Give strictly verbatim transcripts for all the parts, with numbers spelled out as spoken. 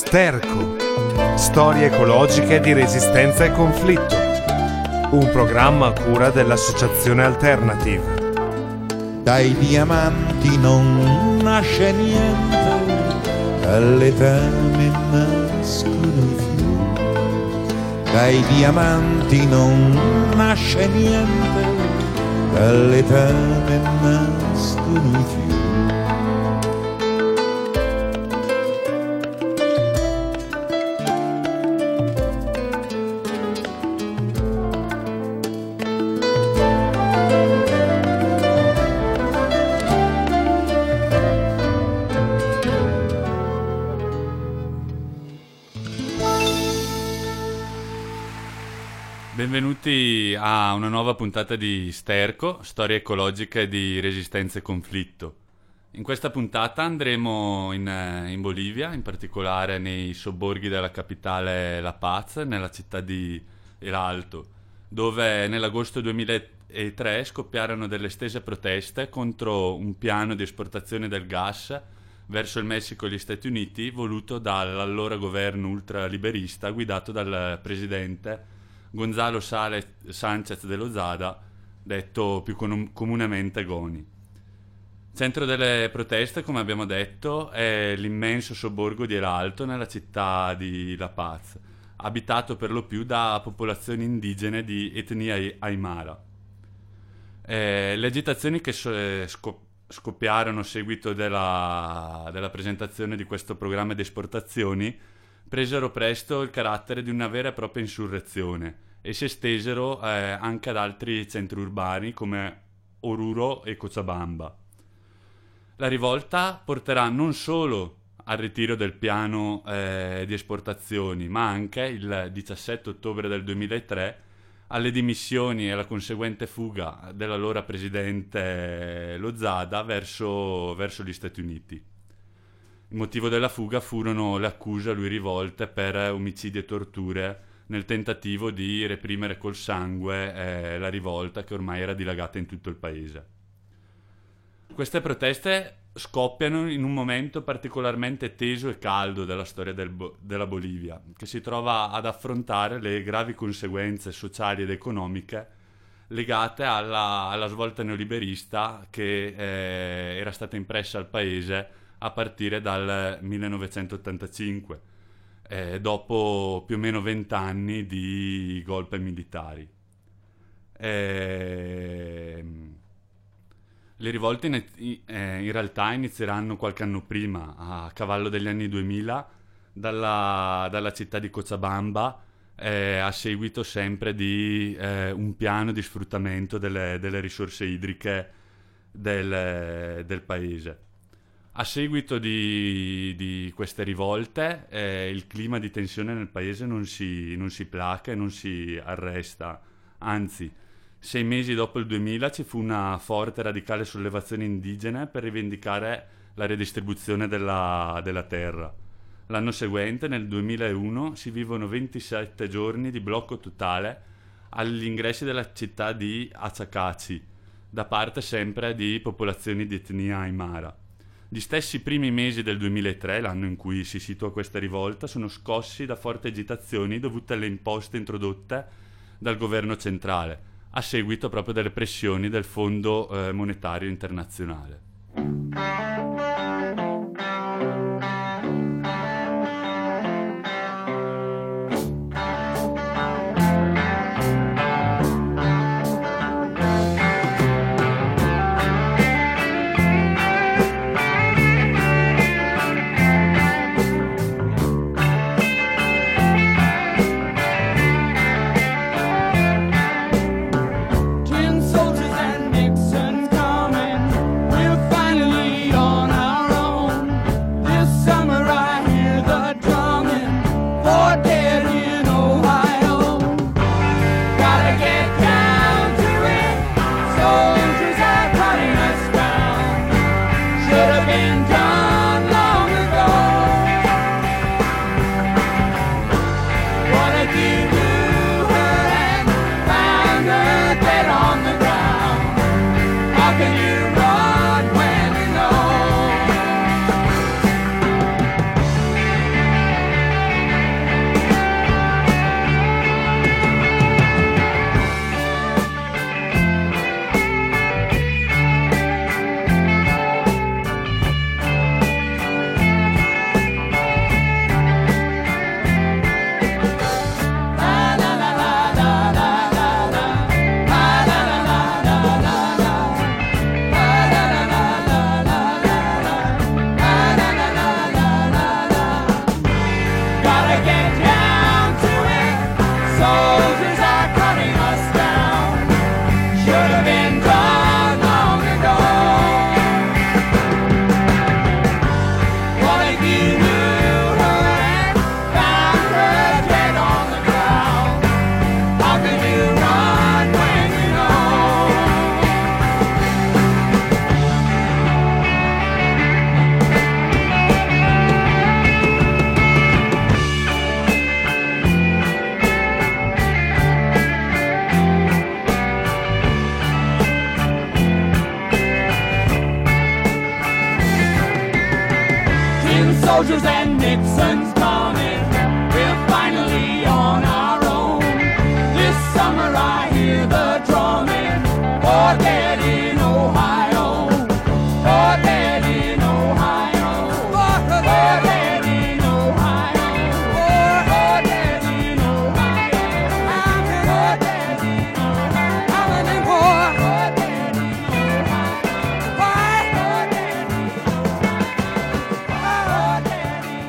Sterco, storie ecologiche di resistenza e conflitto, un programma a cura dell'Associazione Alternative. Dai diamanti non nasce niente, dalle tane nascono i fiori. Dai diamanti non nasce niente, dalle tane nascono i fiori. Benvenuti a una nuova puntata di Sterco, storie ecologiche di resistenza e conflitto. In questa puntata andremo in, in Bolivia, in particolare nei sobborghi della capitale La Paz, nella città di El Alto, dove nell'agosto duemilatré scoppiarono delle estese proteste contro un piano di esportazione del gas verso il Messico e gli Stati Uniti voluto dall'allora governo ultraliberista guidato dal presidente Gonzalo Sale Sánchez de Lozada, detto più com- comunemente Goni. Centro delle proteste, come abbiamo detto, è l'immenso sobborgo di El Alto nella città di La Paz, abitato per lo più da popolazioni indigene di etnia Aymara. Eh, le agitazioni che so- scop- scoppiarono a seguito della, della presentazione di questo programma di esportazioni presero presto il carattere di una vera e propria insurrezione e si estesero eh, anche ad altri centri urbani come Oruro e Cochabamba. La rivolta porterà non solo al ritiro del piano eh, di esportazioni, ma anche il diciassette ottobre del duemilatré alle dimissioni e alla conseguente fuga dell'allora presidente Lozada verso, verso gli Stati Uniti. Il motivo della fuga furono le accuse a lui rivolte per omicidi e torture nel tentativo di reprimere col sangue eh, la rivolta che ormai era dilagata in tutto il paese. Queste proteste scoppiano in un momento particolarmente teso e caldo della storia del Bo- della Bolivia, che si trova ad affrontare le gravi conseguenze sociali ed economiche legate alla, alla svolta neoliberista che eh, era stata impressa al paese a partire dal millenovecentottantacinque, eh, dopo più o meno vent'anni di golpe militari. Eh, le rivolte in, eh, in realtà inizieranno qualche anno prima, a cavallo degli anni duemila, dalla, dalla città di Cochabamba, eh, a seguito sempre di eh, un piano di sfruttamento delle, delle risorse idriche del, del paese. A seguito di, di queste rivolte, eh, il clima di tensione nel paese non si, non si placa e non si arresta. Anzi, sei mesi dopo il duemila ci fu una forte e radicale sollevazione indigena per rivendicare la redistribuzione della, della terra. L'anno seguente, nel duemilauno, si vivono ventisette giorni di blocco totale agli ingressi della città di Achacachi, da parte sempre di popolazioni di etnia Aymara. Gli stessi primi mesi del duemilatré, l'anno in cui si situa questa rivolta, sono scossi da forti agitazioni dovute alle imposte introdotte dal governo centrale, a seguito proprio delle pressioni del Fondo eh, Monetario Internazionale. Tin soldiers and Nixon coming, we'll finally lead on. soldiers and Nixon's coming. We're finally on our own. This summer I hear the drumming. Oh, dead in Ohio. Oh, dead in Ohio. Oh, dead in Ohio. Oh, dead in Ohio. Oh, dead in Ohio. I'm in war. Oh, dead in Ohio. Why? Oh, dead in Ohio. Oh, dead in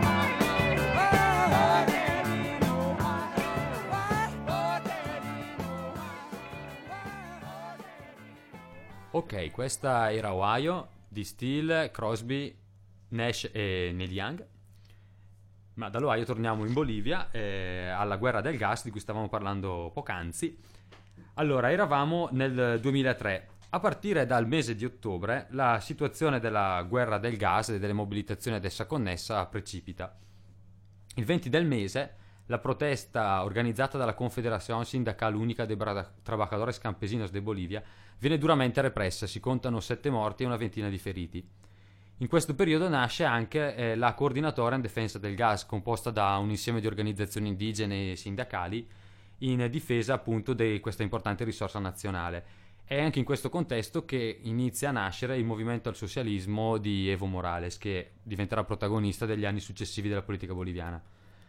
Ok, questa era Ohio di Steele, Crosby, Nash e Neil Young. Ma dall'Ohio torniamo in Bolivia, eh, alla guerra del gas di cui stavamo parlando poc'anzi. Allora, eravamo nel duemilatré. A partire dal mese di ottobre la situazione della guerra del gas e delle mobilitazioni ad essa connessa precipita. Il venti del mese la protesta organizzata dalla Confederación Sindical Única de Trabajadores Campesinos de Bolivia viene duramente repressa, si contano sette morti e una ventina di feriti. In questo periodo nasce anche eh, la Coordinatore in Defensa del Gas, composta da un insieme di organizzazioni indigene e sindacali in difesa appunto di questa importante risorsa nazionale. È anche in questo contesto che inizia a nascere il movimento al socialismo di Evo Morales, che diventerà protagonista degli anni successivi della politica boliviana.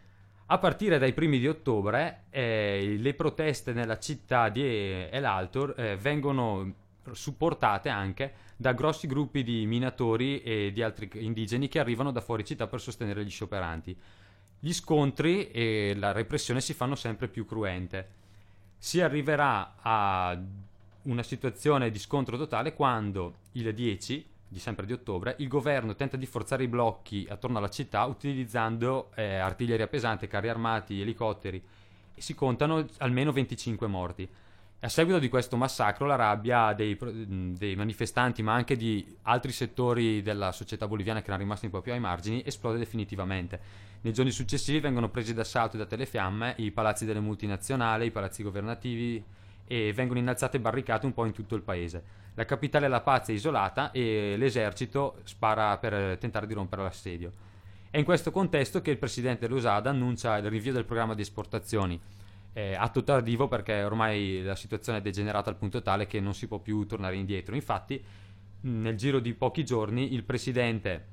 A partire dai primi di ottobre eh, le proteste nella città di El Alto eh, vengono supportate anche da grossi gruppi di minatori e di altri indigeni che arrivano da fuori città per sostenere gli scioperanti. Gli scontri e la repressione si fanno sempre più cruente. Si arriverà a una situazione di scontro totale quando il dieci di sempre di ottobre, il governo tenta di forzare i blocchi attorno alla città utilizzando eh, artiglieria pesante, carri armati, elicotteri, e si contano almeno venticinque morti. A seguito di questo massacro la rabbia dei, dei manifestanti, ma anche di altri settori della società boliviana che erano rimasti un po' più ai margini, esplode definitivamente. Nei giorni successivi vengono presi d'assalto e date le fiamme i palazzi delle multinazionali, i palazzi governativi, e vengono innalzate barricate un po' in tutto il paese. La capitale La Paz è isolata e l'esercito spara per tentare di rompere l'assedio. È in questo contesto che il presidente Losada annuncia il rinvio del programma di esportazioni, eh, atto tardivo perché ormai la situazione è degenerata al punto tale che non si può più tornare indietro. Infatti, nel giro di pochi giorni, il presidente,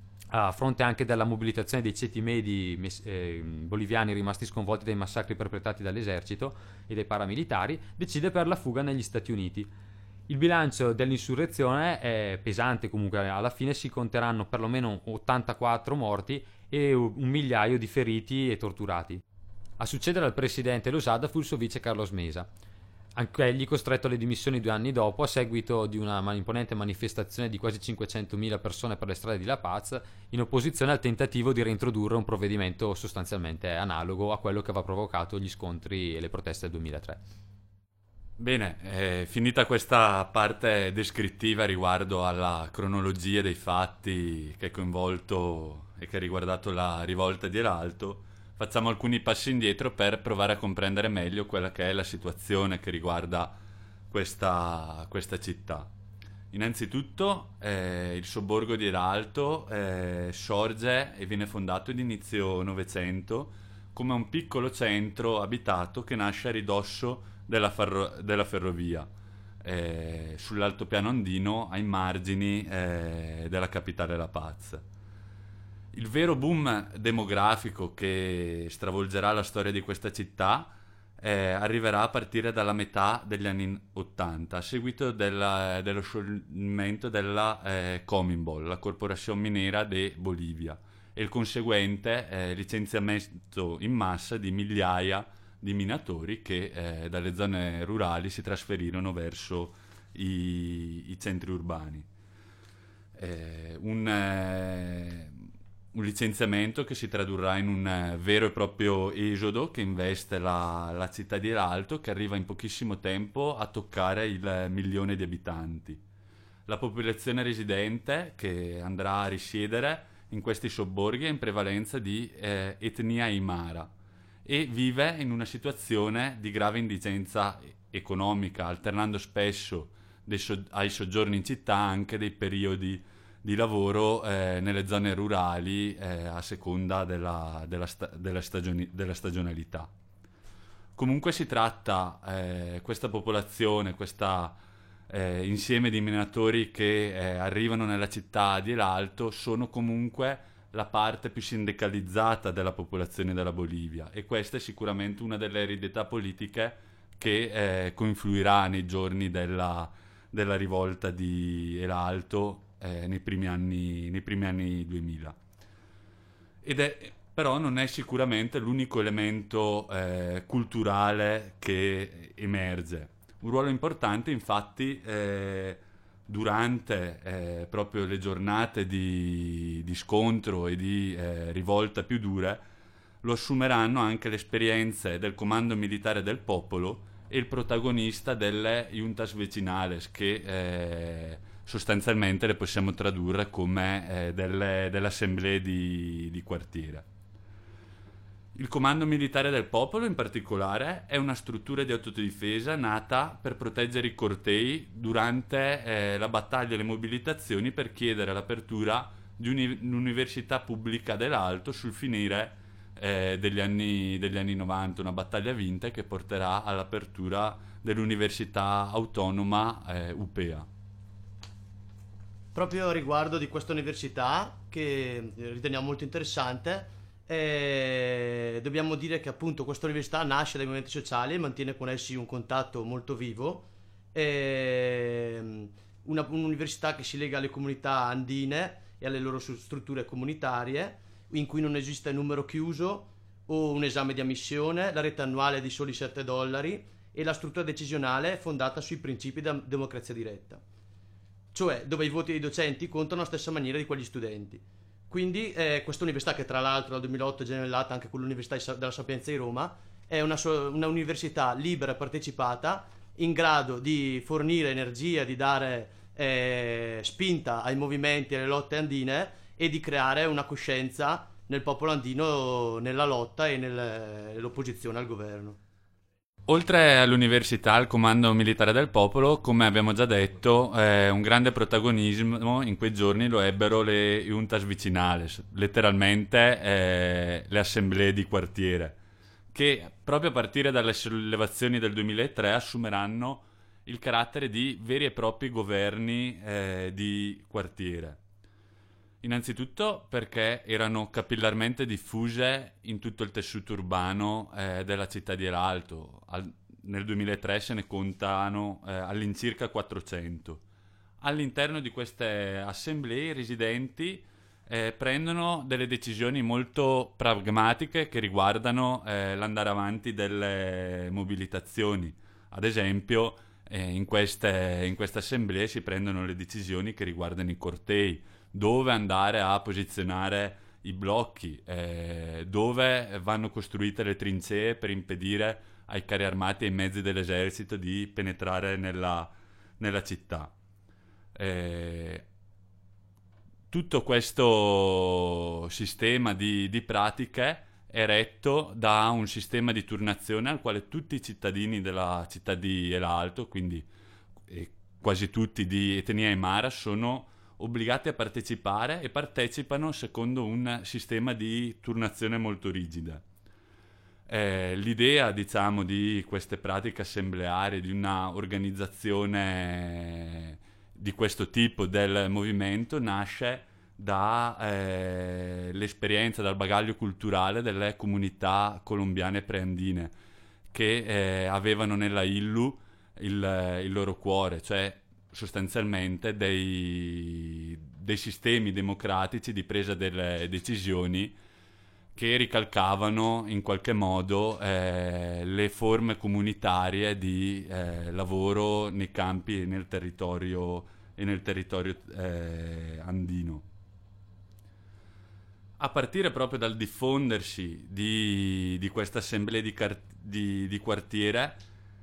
a fronte anche della mobilitazione dei ceti medi eh, boliviani rimasti sconvolti dai massacri perpetrati dall'esercito e dai paramilitari, decide per la fuga negli Stati Uniti. Il bilancio dell'insurrezione è pesante, comunque alla fine si conteranno perlomeno ottantaquattro morti e un migliaio di feriti e torturati. A succedere al presidente Losada fu il suo vice Carlos Mesa, anche egli costretto alle dimissioni due anni dopo a seguito di una imponente manifestazione di quasi cinquecentomila persone per le strade di La Paz, in opposizione al tentativo di reintrodurre un provvedimento sostanzialmente analogo a quello che aveva provocato gli scontri e le proteste del duemilatré. Bene, eh, finita questa parte descrittiva riguardo alla cronologia dei fatti che ha coinvolto e che ha riguardato la rivolta di El Alto, facciamo alcuni passi indietro per provare a comprendere meglio quella che è la situazione che riguarda questa, questa città. Innanzitutto eh, il sobborgo di El Alto eh, sorge e viene fondato ad inizio Novecento come un piccolo centro abitato che nasce a ridosso della, ferro- della ferrovia, eh, sull'altopiano andino ai margini eh, della capitale La Paz. Il vero boom demografico che stravolgerà la storia di questa città eh, arriverà a partire dalla metà degli anni ottanta, a seguito della, dello scioglimento della eh, Cominbol, la Corporación Minera de Bolivia, e il conseguente eh, licenziamento in massa di migliaia di minatori che eh, dalle zone rurali si trasferirono verso i, i centri urbani. Eh, un, eh, un licenziamento che si tradurrà in un eh, vero e proprio esodo che investe la, la città di El Alto, che arriva in pochissimo tempo a toccare il milione di abitanti. La popolazione residente che andrà a risiedere in questi sobborghi è in prevalenza di eh, etnia aymara e vive in una situazione di grave indigenza economica, alternando spesso dei so- ai soggiorni in città anche dei periodi di lavoro eh, nelle zone rurali eh, a seconda della, della, sta- della, stagioni- della stagionalità. Comunque si tratta, eh, questa popolazione, questo eh, insieme di minatori che eh, arrivano nella città di El Alto sono comunque la parte più sindacalizzata della popolazione della Bolivia, e questa è sicuramente una delle eredità politiche che eh, confluirà nei giorni della, della rivolta di El Alto eh, nei primi anni, nei primi anni duemila. Ed è, però non è sicuramente l'unico elemento eh, culturale che emerge. Un ruolo importante, infatti, eh, durante eh, proprio le giornate di, di scontro e di eh, rivolta più dure, lo assumeranno anche le esperienze del Comando Militare del Popolo e il protagonista delle Juntas Vecinales, che eh, sostanzialmente le possiamo tradurre come eh, delle, delle assemblee di, di quartiere. Il Comando Militare del Popolo, in particolare, è una struttura di autodifesa nata per proteggere i cortei durante eh, la battaglia e le mobilitazioni per chiedere l'apertura di uni- un'università pubblica dell'Alto sul finire eh, degli anni, degli anni novanta, una battaglia vinta che porterà all'apertura dell'Università Autonoma eh, U P E A. Proprio a riguardo di questa università, che riteniamo molto interessante, eh, dobbiamo dire che appunto questa università nasce dai movimenti sociali e mantiene con essi un contatto molto vivo. Eh, una, un'università che si lega alle comunità andine e alle loro strutture comunitarie, in cui non esiste numero chiuso o un esame di ammissione, la rete annuale è di soli sette dollari e la struttura decisionale è fondata sui principi della democrazia diretta, cioè dove i voti dei docenti contano alla stessa maniera di quegli studenti. Quindi eh, questa università, che tra l'altro dal duemilaotto è gemellata anche con l'Università della Sapienza di Roma, è una, so- una università libera e partecipata, in grado di fornire energia, di dare eh, spinta ai movimenti e alle lotte andine e di creare una coscienza nel popolo andino nella lotta e nel, nell'opposizione al governo. Oltre all'università, al Comando Militare del Popolo, come abbiamo già detto, eh, un grande protagonismo in quei giorni lo ebbero le Juntas Vecinales, letteralmente eh, le assemblee di quartiere, che proprio a partire dalle sollevazioni del duemilatré assumeranno il carattere di veri e propri governi eh, di quartiere. Innanzitutto perché erano capillarmente diffuse in tutto il tessuto urbano eh, della città di El Alto. Al, nel duemilatré se ne contano eh, all'incirca quattrocento. All'interno di queste assemblee i residenti eh, prendono delle decisioni molto pragmatiche che riguardano eh, l'andare avanti delle mobilitazioni. Ad esempio, eh, in queste, in queste assemblee si prendono le decisioni che riguardano i cortei, dove andare a posizionare i blocchi, eh, dove vanno costruite le trincee per impedire ai carri armati e ai mezzi dell'esercito di penetrare nella, nella città. Eh, tutto questo sistema di, di pratiche è retto da un sistema di turnazione al quale tutti i cittadini della città di El Alto, quindi eh, quasi tutti di etnia aymara, sono obbligati a partecipare e partecipano secondo un sistema di turnazione molto rigida. Eh, l'idea, diciamo, di queste pratiche assembleari, di una organizzazione di questo tipo del movimento, nasce dall'esperienza, eh, dal bagaglio culturale delle comunità colombiane preandine che eh, avevano nella I L U il, il loro cuore, cioè sostanzialmente dei, dei sistemi democratici di presa delle decisioni che ricalcavano in qualche modo eh, le forme comunitarie di eh, lavoro nei campi e nel territorio, e nel territorio eh, andino. A partire proprio dal diffondersi di, di queste assemblee di, car- di, di quartiere,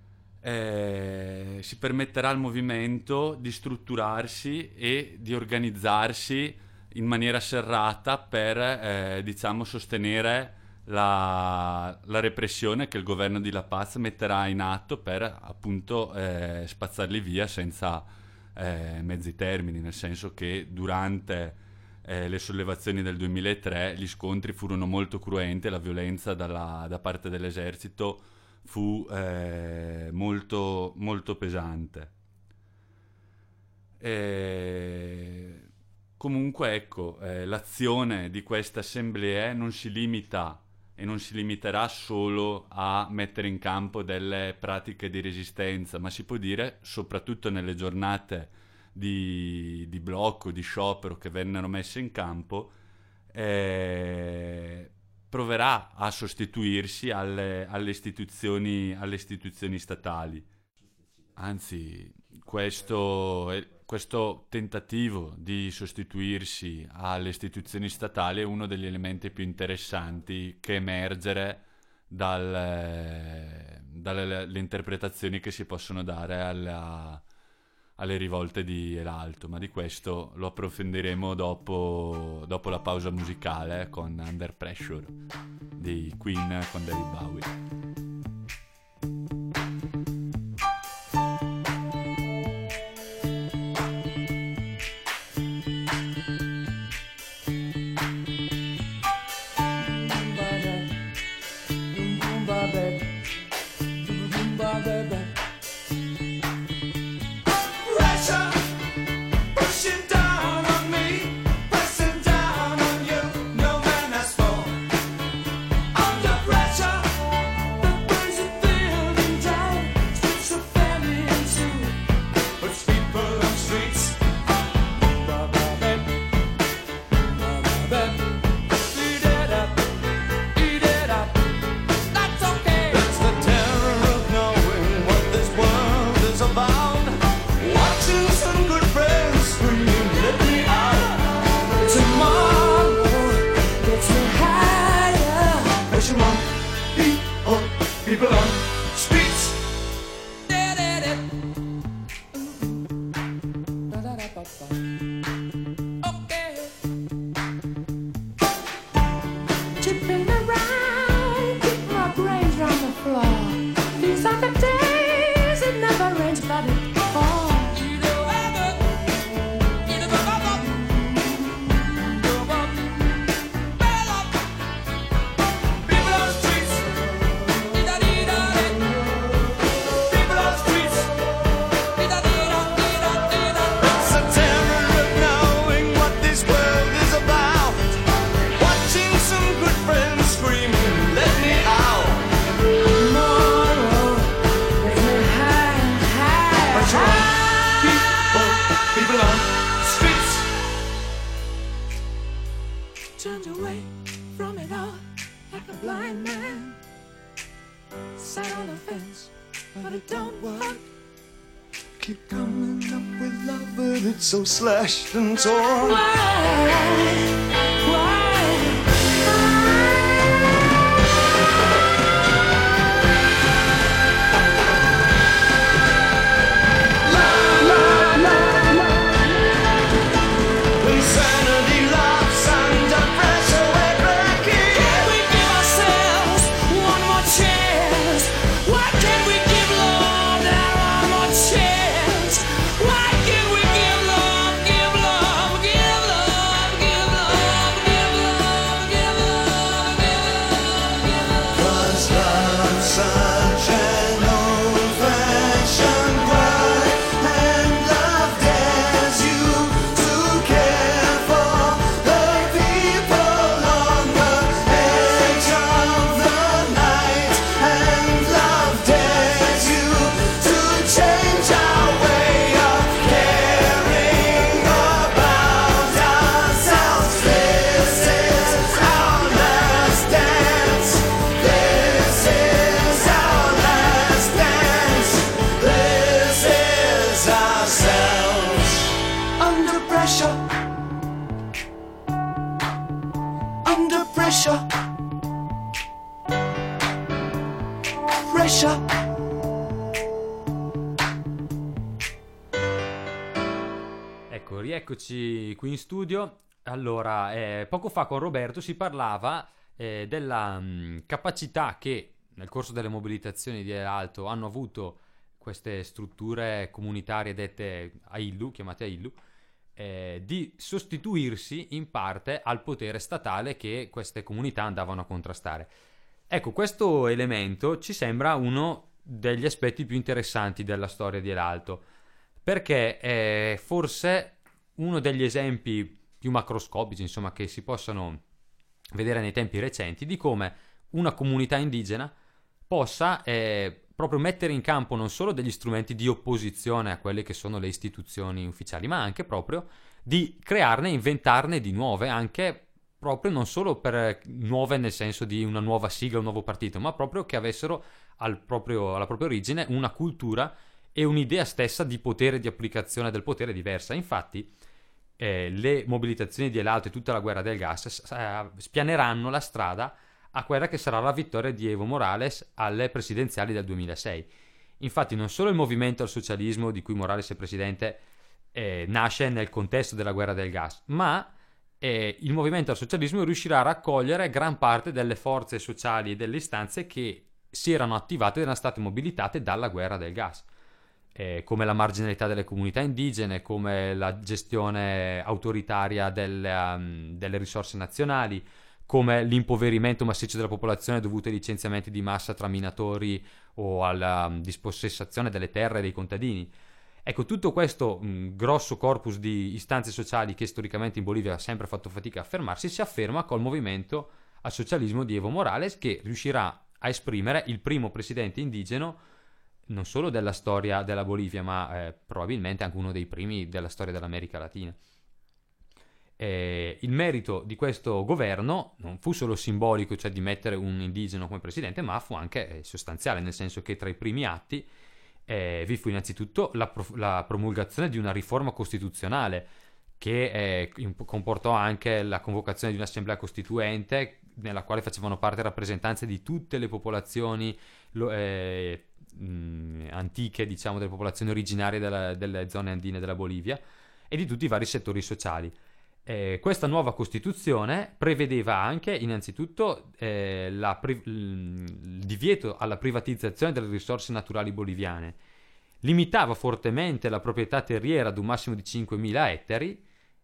Eh, si permetterà al movimento di strutturarsi e di organizzarsi in maniera serrata per eh, diciamo sostenere la, la repressione che il governo di La Paz metterà in atto per appunto eh, spazzarli via senza eh, mezzi termini, nel senso che durante eh, le sollevazioni del duemilatré gli scontri furono molto cruenti e la violenza dalla, da parte dell'esercito fu eh, molto, molto pesante. E... Comunque ecco, eh, l'azione di queste assemblee non si limita e non si limiterà solo a mettere in campo delle pratiche di resistenza, ma si può dire, soprattutto nelle giornate di, di blocco, di sciopero che vennero messe in campo, eh, proverà a sostituirsi alle, alle, istituzioni, alle istituzioni statali. Anzi, questo, questo tentativo di sostituirsi alle istituzioni statali è uno degli elementi più interessanti che emergere dal, dalle interpretazioni che si possono dare alla, alle rivolte di Elalto, ma di questo lo approfondiremo dopo, dopo la pausa musicale con Under Pressure di Queen con David Bowie. So slashed and torn. Why? Why? La la la la. Insanity loves under pressure we're breaking. Can we give ourselves one more chance? Why can't we give love that one more chance? Why can't we give love, give love, give love, give love, give love, give love, give love? 'Cause love's such an old-fashioned word, and love dares you to care for the people on the edge of the night, and love dares you to change our way of caring about ourselves. This is our last dance. This is our last dance. This is ourselves. Under pressure. Under pressure. Pressure. Ecco, rieccoci qui in studio. Allora, eh, poco fa con Roberto si parlava eh, della mh, capacità che nel corso delle mobilitazioni di Elalto hanno avuto queste strutture comunitarie dette Aillu, chiamate Aillu, eh, di sostituirsi in parte al potere statale che queste comunità andavano a contrastare. Ecco, questo elemento ci sembra uno degli aspetti più interessanti della storia di El Alto, perché è forse uno degli esempi più macroscopici, insomma, che si possano vedere nei tempi recenti, di come una comunità indigena possa eh, proprio mettere in campo non solo degli strumenti di opposizione a quelle che sono le istituzioni ufficiali, ma anche proprio di crearne, inventarne di nuove, anche proprio non solo per nuove nel senso di una nuova sigla, un nuovo partito, ma proprio che avessero al proprio, alla propria origine una cultura e un'idea stessa di potere, di applicazione del potere diversa. Infatti eh, le mobilitazioni di El Alto e tutta la guerra del gas eh, spianeranno la strada a quella che sarà la vittoria di Evo Morales alle presidenziali del duemilasei. Infatti non solo il movimento al socialismo di cui Morales è presidente eh, nasce nel contesto della guerra del gas, ma eh, il movimento al socialismo riuscirà a raccogliere gran parte delle forze sociali e delle istanze che si erano attivate ed erano state mobilitate dalla guerra del gas, eh, come la marginalità delle comunità indigene, come la gestione autoritaria delle, um, delle risorse nazionali, come l'impoverimento massiccio della popolazione dovuto ai licenziamenti di massa tra minatori o alla um, dispossessazione delle terre dei contadini. Ecco, tutto questo mh, grosso corpus di istanze sociali che storicamente in Bolivia ha sempre fatto fatica a affermarsi, si afferma col movimento al socialismo di Evo Morales, che riuscirà a esprimere il primo presidente indigeno non solo della storia della Bolivia, ma eh, probabilmente anche uno dei primi della storia dell'America Latina. Eh, il merito di questo governo non fu solo simbolico, cioè di mettere un indigeno come presidente, ma fu anche eh, sostanziale, nel senso che tra i primi atti eh, vi fu innanzitutto la, pro- la promulgazione di una riforma costituzionale che eh, imp- comportò anche la convocazione di un'assemblea costituente nella quale facevano parte rappresentanze di tutte le popolazioni lo, eh, mh, antiche, diciamo, delle popolazioni originarie della, delle zone andine della Bolivia e di tutti i vari settori sociali. Eh, questa nuova Costituzione prevedeva anche, innanzitutto, eh, la pri- il divieto alla privatizzazione delle risorse naturali boliviane, limitava fortemente la proprietà terriera ad un massimo di cinquemila ettari,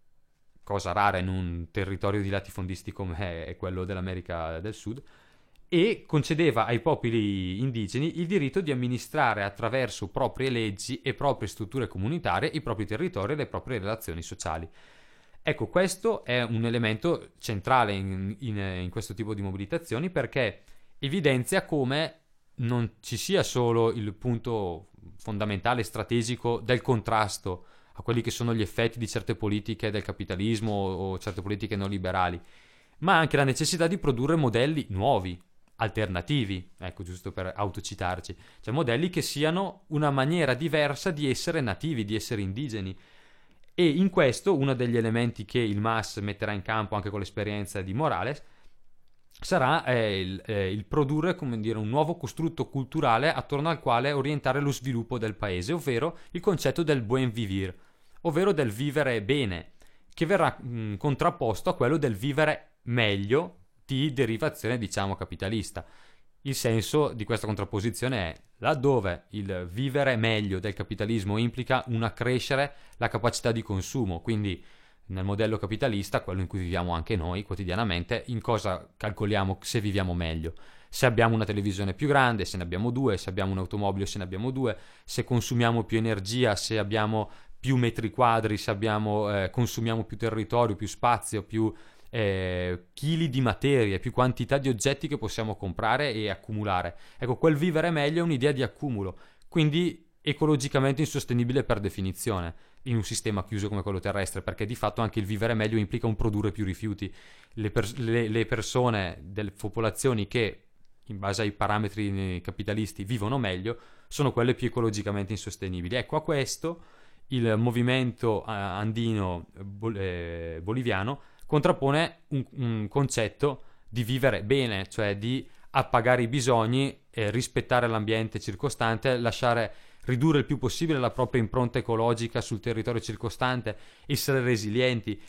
cosa rara in un territorio di latifondisti come è quello dell'America del Sud, e concedeva ai popoli indigeni il diritto di amministrare attraverso proprie leggi e proprie strutture comunitarie i propri territori e le proprie relazioni sociali. Ecco, questo è un elemento centrale in, in, in questo tipo di mobilitazioni, perché evidenzia come non ci sia solo il punto fondamentale strategico del contrasto a quelli che sono gli effetti di certe politiche del capitalismo o certe politiche neoliberali, ma anche la necessità di produrre modelli nuovi, alternativi, ecco, giusto per autocitarci, cioè modelli che siano una maniera diversa di essere nativi, di essere indigeni. E in questo uno degli elementi che il M A S metterà in campo anche con l'esperienza di Morales sarà eh, il, eh, il produrre, come dire, un nuovo costrutto culturale attorno al quale orientare lo sviluppo del paese, ovvero il concetto del buen vivir, ovvero del vivere bene, che verrà mh, contrapposto a quello del vivere meglio di derivazione, diciamo, capitalista. Il senso di questa contrapposizione è: laddove il vivere meglio del capitalismo implica un accrescere la capacità di consumo, quindi nel modello capitalista, quello in cui viviamo anche noi quotidianamente, in cosa calcoliamo se viviamo meglio? Se abbiamo una televisione più grande, se ne abbiamo due, se abbiamo un'automobile, se ne abbiamo due, se consumiamo più energia, se abbiamo più metri quadri, se abbiamo, eh, consumiamo più territorio, più spazio, più eh, chili di materie, più quantità di oggetti che possiamo comprare e accumulare. Ecco, quel vivere meglio è un'idea di accumulo, quindi ecologicamente insostenibile per definizione in un sistema chiuso come quello terrestre, perché di fatto anche il vivere meglio implica un produrre più rifiuti. Le, per- le, le persone delle popolazioni che in base ai parametri capitalisti vivono meglio sono quelle più ecologicamente insostenibili. Ecco, a questo il movimento andino bol- eh, boliviano contrappone un, un concetto di vivere bene, cioè di appagare i bisogni, eh, rispettare l'ambiente circostante, lasciare ridurre il più possibile la propria impronta ecologica sul territorio circostante, essere resilienti.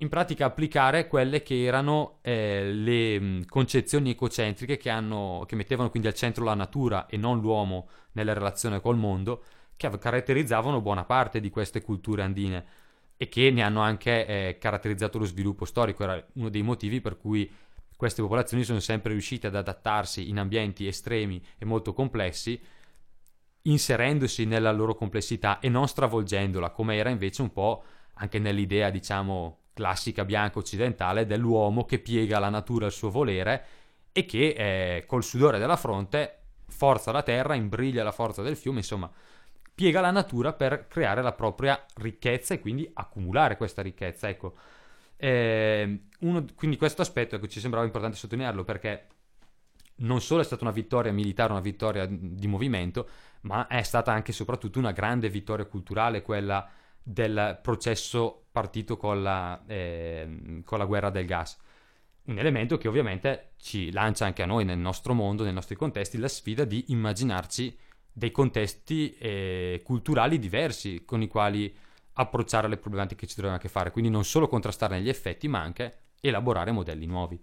in pratica applicare quelle che erano eh, le mh, concezioni ecocentriche che, hanno, che mettevano quindi al centro la natura e non l'uomo nella relazione col mondo, che caratterizzavano buona parte di queste culture andine e che ne hanno anche eh, caratterizzato lo sviluppo storico. Era uno dei motivi per cui queste popolazioni sono sempre riuscite ad adattarsi in ambienti estremi e molto complessi, inserendosi nella loro complessità e non stravolgendola, come era invece un po' anche nell'idea, diciamo, classica bianca occidentale dell'uomo che piega la natura al suo volere e che eh, col sudore della fronte forza la terra, imbriglia la forza del fiume, insomma piega la natura per creare la propria ricchezza e quindi accumulare questa ricchezza. Ecco, eh, uno, quindi questo aspetto, ecco, ci sembrava importante sottolinearlo, perché non solo è stata una vittoria militare, una vittoria di movimento, ma è stata anche e soprattutto una grande vittoria culturale, quella del processo partito con la, eh, con la guerra del gas. Un elemento che ovviamente ci lancia anche a noi nel nostro mondo, nei nostri contesti, la sfida di immaginarci dei contesti eh, culturali diversi con i quali approcciare le problematiche che ci troviamo a che fare, quindi non solo contrastarne gli effetti, ma anche elaborare modelli nuovi.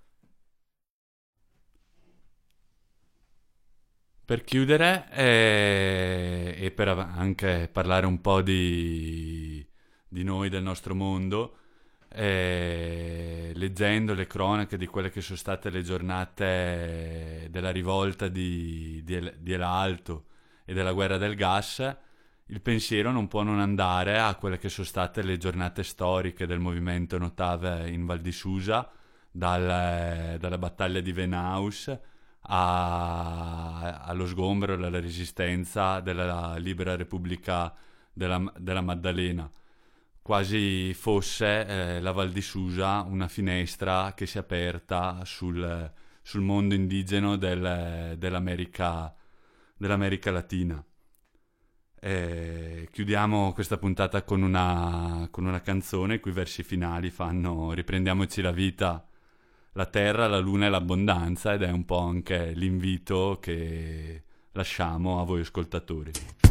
Per chiudere eh, e per av- anche parlare un po' di, di noi, del nostro mondo, eh, leggendo le cronache di quelle che sono state le giornate della rivolta di, di, El- di El Alto e della guerra del gas, il pensiero non può non andare a quelle che sono state le giornate storiche del movimento Notave in Val di Susa, dal, dalla battaglia di Venaus A, allo sgombero della resistenza della Libera Repubblica della, della Maddalena, quasi fosse eh, la Val di Susa una finestra che si è aperta sul, sul mondo indigeno del, dell'America, dell'America Latina. E chiudiamo questa puntata con una, con una canzone i cui versi finali fanno: riprendiamoci la vita, la terra, la luna e l'abbondanza, ed è un po' anche l'invito che lasciamo a voi ascoltatori.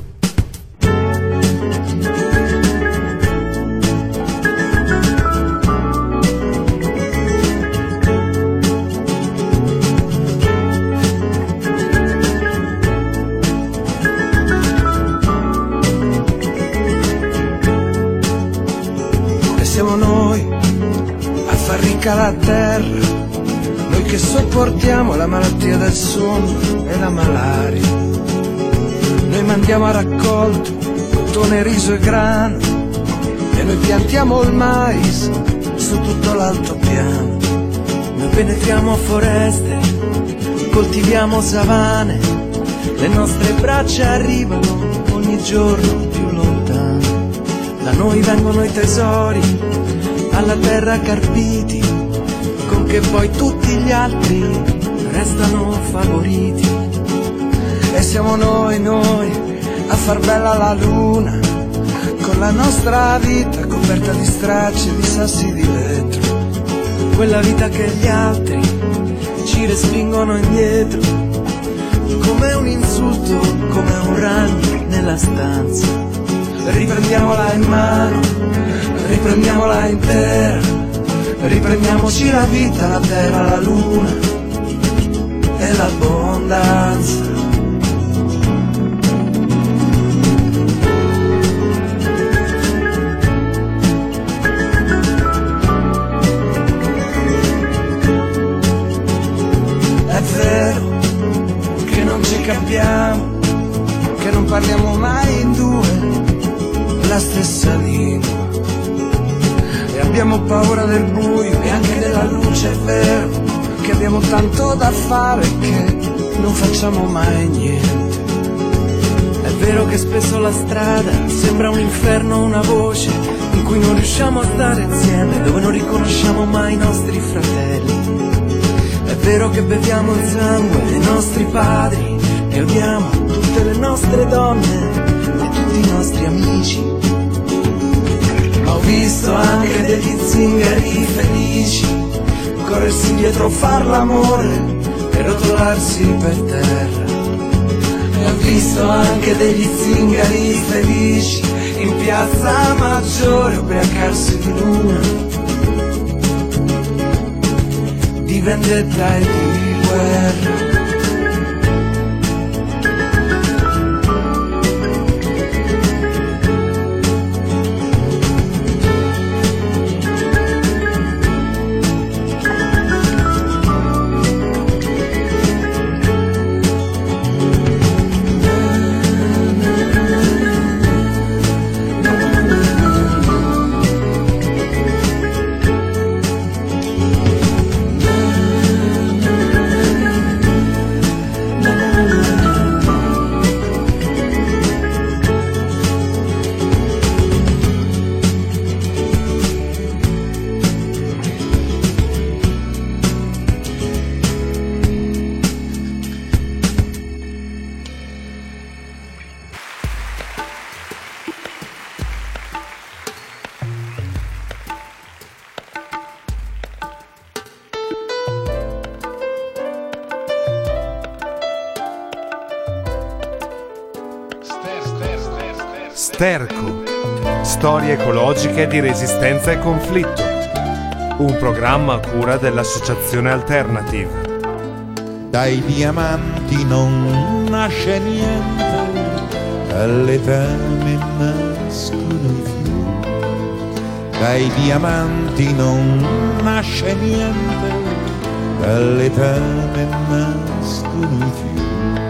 E siamo noi a far ricca la terra, noi che sopportiamo la malattia del sonno e la malaria. Noi mandiamo a raccolto cotone, riso e grano, e noi piantiamo il mais su tutto l'altopiano. Noi penetriamo foreste, coltiviamo savane, le nostre braccia arrivano ogni giorno più lontano. Da noi vengono i tesori, alla terra carpiti, con che poi tutti gli altri restano favoriti. E siamo noi, noi, a far bella la luna, con la nostra vita coperta di stracci e di sassi di vetro. Quella vita che gli altri ci respingono indietro, come un insulto, come un ragno nella stanza. Riprendiamola in mano, riprendiamola intera, riprendiamoci la vita, la terra, la luna e l'abbondanza. È vero che non ci capiamo, che non parliamo mai in due la stessa lingua, e abbiamo paura del buio e anche della luce. È vero che abbiamo tanto da fare che non facciamo mai niente. È vero che spesso la strada sembra un inferno, una voce in cui non riusciamo a stare insieme, dove non riconosciamo mai i nostri fratelli. È vero che beviamo il sangue dei nostri padri, che odiamo tutte le nostre donne e tutti i nostri amici. Ma ho visto anche degli zingari felici corrersi dietro, far l'amore e rotolarsi per terra. E ho visto anche degli zingari felici in piazza Maggiore ubriacarsi di luna di vendetta e di guerra. Sterco, storie ecologiche di resistenza e conflitto. Un programma a cura dell'Associazione Alternative. Dai diamanti non nasce niente, dalle tane nascono i fiori. Dai diamanti non nasce niente, dalle tane nascono i fiori.